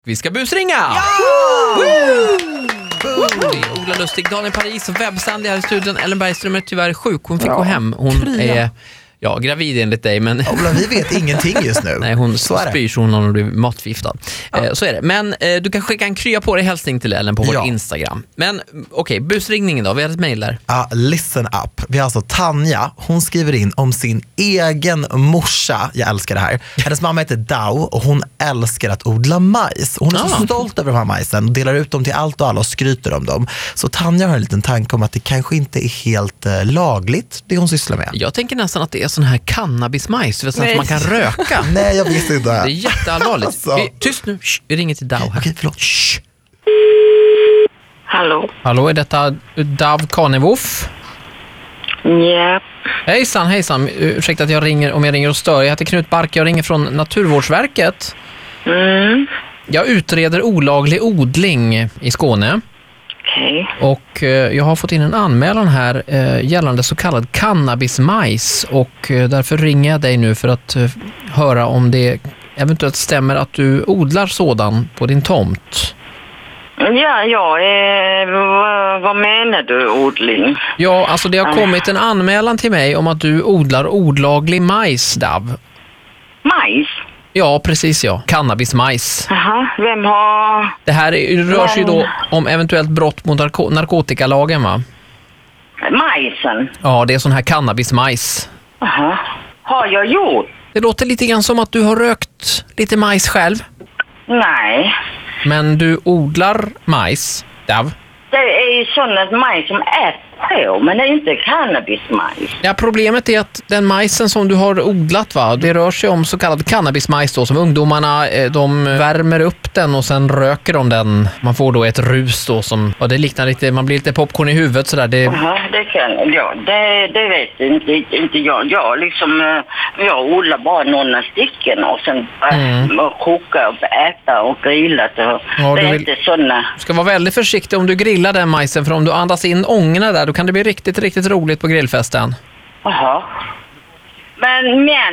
Vi ska busringa! Ja! Det är Ola Lustig, Daniel Paris och webbständig här i studion. Ellen Bergström är tyvärr sjuk. Hon fick gå hem. Hon är gravid enligt dig. Men Ola, vi vet ingenting just nu. Nej, hon spyr så hon har blivit matförgiftad. Så är det. Men du kan skicka en krya på dig hälsning till Ellen på vår Instagram. Men okej, busringningen då. Vi har ett mejl där. Ja, listen up. Vi har alltså Tanja. Hon skriver in om sin egen morsa. Jag älskar det här. Hennes mamma heter Dao och hon älskar att odla majs. Hon är så stolt över de här majsen och delar ut dem till allt och alla och skryter om dem. Så Tanja har en liten tanke om att det kanske inte är helt lagligt det hon sysslar med. Jag tänker nästan att det är sån här cannabismajs som man kan röka. Nej, jag visste inte. Det är jätteallvarligt. Alltså. Tyst nu. Vi ringer till Dao här. Okej, förlåt. Hallå, är detta Dav Kanevoff? ja, Hejsan. Ursäkta att jag ringer och stör. Jag heter Knut Bark, jag ringer från Naturvårdsverket. Jag utreder olaglig odling i Skåne. okej. Och jag har fått in en anmälan här gällande så kallad cannabismajs. Och därför ringer jag dig nu för att höra om det eventuellt stämmer att du odlar sådan på din tomt. Vad menar du, odling? Ja, alltså det har kommit en anmälan till mig om att du odlar olaglig majs, Dav. Majs? Ja, precis Cannabismajs. Jaha, vem har... Det här rör sig då om eventuellt brott mot narkotikalagen, va? Majsen? Ja, det är sån här cannabismajs. Jaha, har jag gjort? Det låter lite grann som att du har rökt lite majs själv. Nej. Men du odlar majs, Dav? Det är ju sådana majs som äter på, men det är inte cannabismajs. Ja, problemet är att den majsen som du har odlat, va, det rör sig om så kallad cannabismajs då, som ungdomarna, de värmer upp den och sen röker de den. Man får då ett rus då som, det liknar lite, man blir lite popcorn i huvudet sådär. Jaha, det kan det vet inte jag. Jag odlar bara några stycken och sen koka och äta och grilla. Det är inte sådana. Du ska vara väldigt försiktig om du grillar den majsen, för om du andas in ångorna där, då kan det bli riktigt, riktigt roligt på grillfesten. Jaha. Men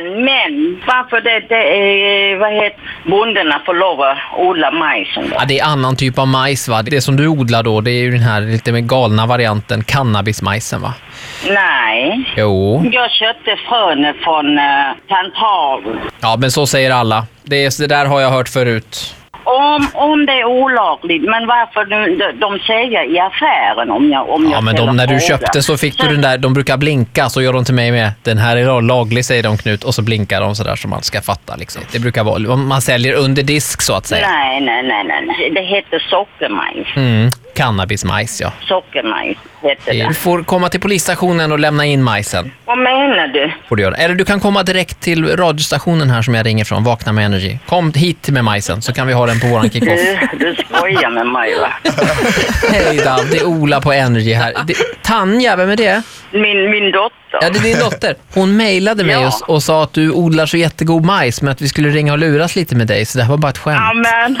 varför det är, vad heter, bonderna får lov att odla majsen då? Ja, det är annan typ av majs, va? Det som du odlar då, det är ju den här lite mer galna varianten, cannabismajsen, va? Nej. Jo. Jag köpte frön från Tantar. Ja, men så säger alla. Det där har jag hört förut. Om det är olagligt, men varför de säger i affären om jag men när du köpte så fick du den där, de brukar blinka, så gör de till mig med, den här är laglig, säger de, Knut, och så blinkar de så där som man ska fatta liksom. Det brukar vara, man säljer under disk så att säga. Nej. Det heter sockermajs. Cannabismajs, ja. Sockermajs heter det. Du får komma till polisstationen och lämna in majsen. Vad menar du? Får du göra. Eller du kan komma direkt till radiostationen här som jag ringer från, Vakna med Energy. Kom hit med majsen så kan vi ha den på våran kick-off. Du skojar med mig, va? Hej Dav, det är Ola på Energy här. Tanja, vem är det? Min dotter. Ja, det är din dotter. Hon mejlade mig och sa att du odlar så jättegod majs, men att vi skulle ringa och luras lite med dig. Så det här var bara ett skämt. Ja, men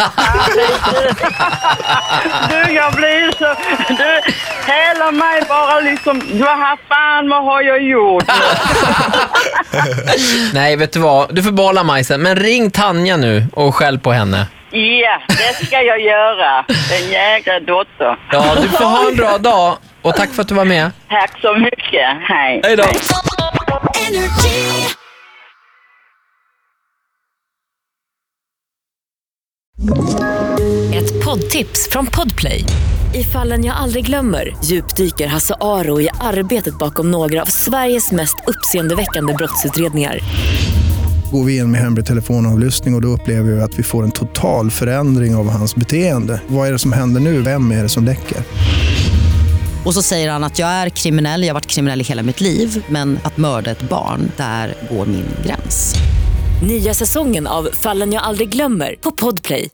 du, jag blir så... Du, hela mig bara liksom... Vad har jag gjort? Nej, vet du vad? Du får behålla majsen. Men ring Tanja nu och skäll på henne. Ja, det ska jag göra. Den jäkla dotter. Ja, du får ha en bra dag. Och tack för att du var med. Tack så mycket. Hej. Hej då. Ett poddtips från Podplay. I Fallen jag aldrig glömmer djupdyker Hasse Aro i arbetet bakom några av Sveriges mest uppseendeväckande brottsutredningar. Går vi in med hemlig telefonavlyssning och då upplever vi att vi får en total förändring av hans beteende. Vad är det som händer nu? Vem är det som läcker? Och så säger han att jag är kriminell, jag har varit kriminell i hela mitt liv. Men att mörda ett barn, där går min gräns. Nya säsongen av Fallen jag aldrig glömmer på Podplay.